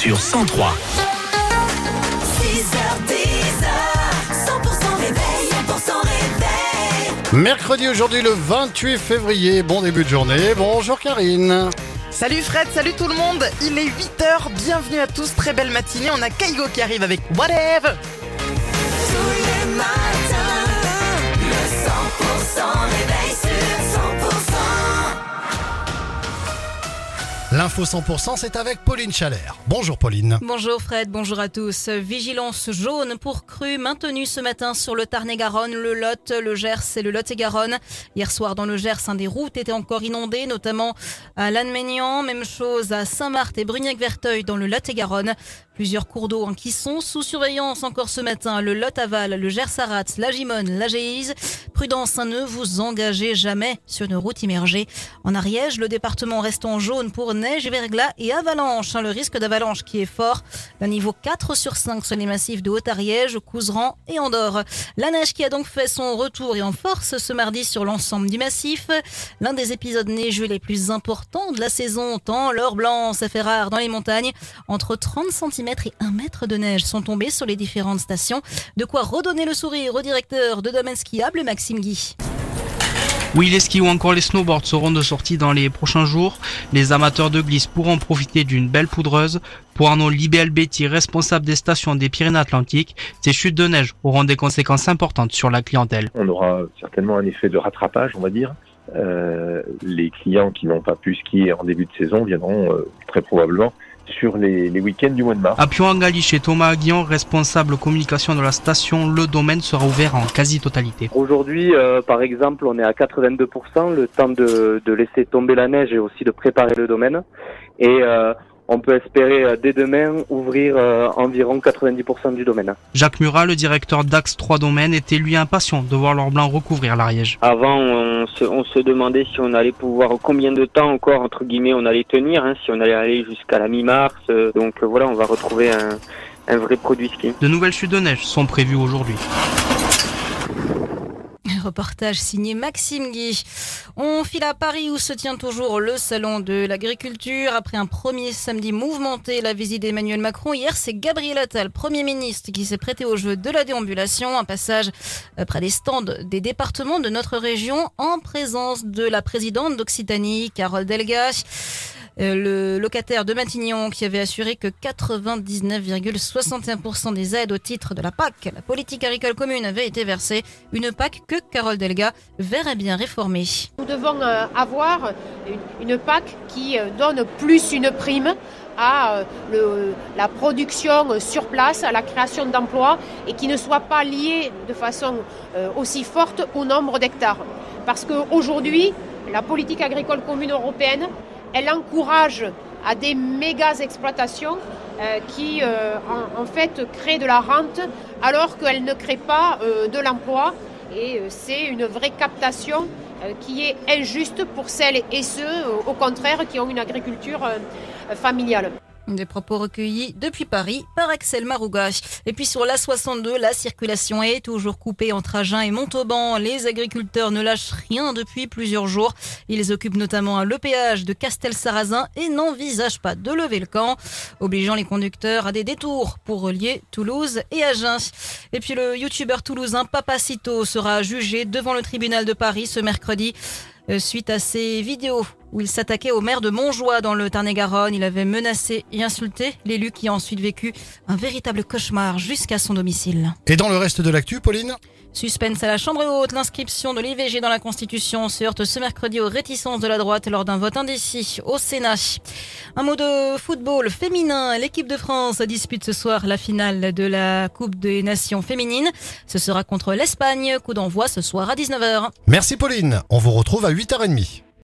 sur 103. 100% réveil, 100% réveil. Mercredi aujourd'hui le 28 février, bon début de journée, bonjour Karine. Salut Fred, salut tout le monde, il est 8h, bienvenue à tous, très belle matinée, on a Kaigo qui arrive avec Whatever. Tous les matins, le 100% réveil sur 100%. L'info 100% c'est avec Pauline Chalère. Bonjour Pauline. Bonjour Fred, bonjour à tous. Vigilance jaune pour crues maintenue ce matin sur le Tarn-et-Garonne, le Lot, le Gers et le Lot-et-Garonne. Hier soir dans le Gers, des routes étaient encore inondées, notamment à Lannemegnan. Même chose à Saint-Marthe et Brugnac-Verteuil dans le Lot-et-Garonne. Plusieurs cours d'eau qui sont sous surveillance encore ce matin. Le Lot-Aval, le Gers-Arat, la Gimone, la Géise. Prudence, ne vous engagez jamais sur une route immergée. En Ariège, le département reste en jaune pour neige, verglas et avalanche. Le risque d'avalanche qui est fort. D'un niveau 4 sur 5 sur les massifs de Haute-Ariège, Couserans et Andorre. La neige qui a donc fait son retour et en force ce mardi sur l'ensemble du massif. L'un des épisodes neigeux les plus importants de la saison, tant l'or blanc s'est fait rare dans les montagnes. Entre 30 cm et 1 mètre de neige sont tombés sur les différentes stations. De quoi redonner le sourire au directeur de domaine skiable, Maxime Guy. Oui, les skis ou encore les snowboards seront de sortie dans les prochains jours. Les amateurs de glisse pourront profiter d'une belle poudreuse. Pour Arnaud Libé-Albeti, responsable des stations des Pyrénées-Atlantiques, ces chutes de neige auront des conséquences importantes sur la clientèle. On aura certainement un effet de rattrapage, on va dire. Les clients qui n'ont pas pu skier en début de saison viendront très probablement sur les week-ends du mois de mars. À Pion-en-Galie, chez Thomas Aguillon, responsable communication de la station, le domaine sera ouvert en quasi-totalité. Aujourd'hui, par exemple, on est à 82%, le temps de laisser tomber la neige et aussi de préparer le domaine. Et on peut espérer dès demain ouvrir environ 90% du domaine. Jacques Murat, le directeur d'Axe 3 Domaines, était lui impatient de voir l'or blanc recouvrir l'Ariège. Avant, on se demandait si on allait pouvoir, combien de temps encore, entre guillemets, on allait tenir, si on allait aller jusqu'à la mi-mars. Donc voilà, on va retrouver un vrai produit ski. De nouvelles chutes de neige sont prévues aujourd'hui. Reportage signé Maxime Guy. On file à Paris où se tient toujours le salon de l'agriculture. Après un premier samedi mouvementé, la visite d'Emmanuel Macron. Hier, c'est Gabriel Attal, Premier ministre, qui s'est prêté au jeu de la déambulation. Un passage près des stands des départements de notre région en présence de la présidente d'Occitanie, Carole Delga. Le locataire de Matignon qui avait assuré que 99,61% des aides au titre de la PAC, la politique agricole commune, avaient été versées. Une PAC que Carole Delga verrait bien réformée. Nous devons avoir une PAC qui donne plus une prime à la production sur place, à la création d'emplois et qui ne soit pas liée de façon aussi forte au nombre d'hectares. Parce qu'aujourd'hui, la politique agricole commune européenne, elle encourage à des méga exploitations qui en fait créent de la rente alors qu'elles ne créent pas de l'emploi. Et c'est une vraie captation qui est injuste pour celles et ceux, au contraire, qui ont une agriculture familiale. Des propos recueillis depuis Paris par Axel Marouga. Et puis sur l'A62, la circulation est toujours coupée entre Agen et Montauban. Les agriculteurs ne lâchent rien depuis plusieurs jours. Ils occupent notamment le péage de Castelsarrasin et n'envisagent pas de lever le camp, obligeant les conducteurs à des détours pour relier Toulouse et Agen. Et puis le youtubeur toulousain Papacito sera jugé devant le tribunal de Paris ce mercredi suite à ses vidéos où il s'attaquait au maire de Montjoie dans le Tarn-et-Garonne. Il avait menacé et insulté l'élu qui a ensuite vécu un véritable cauchemar jusqu'à son domicile. Et dans le reste de l'actu, Pauline ? Suspense à la Chambre haute, l'inscription de l'IVG dans la Constitution se heurte ce mercredi aux réticences de la droite lors d'un vote indécis au Sénat. Un mot de football féminin, l'équipe de France dispute ce soir la finale de la Coupe des Nations féminines. Ce sera contre l'Espagne, coup d'envoi ce soir à 19h. Merci Pauline, on vous retrouve à 8h30.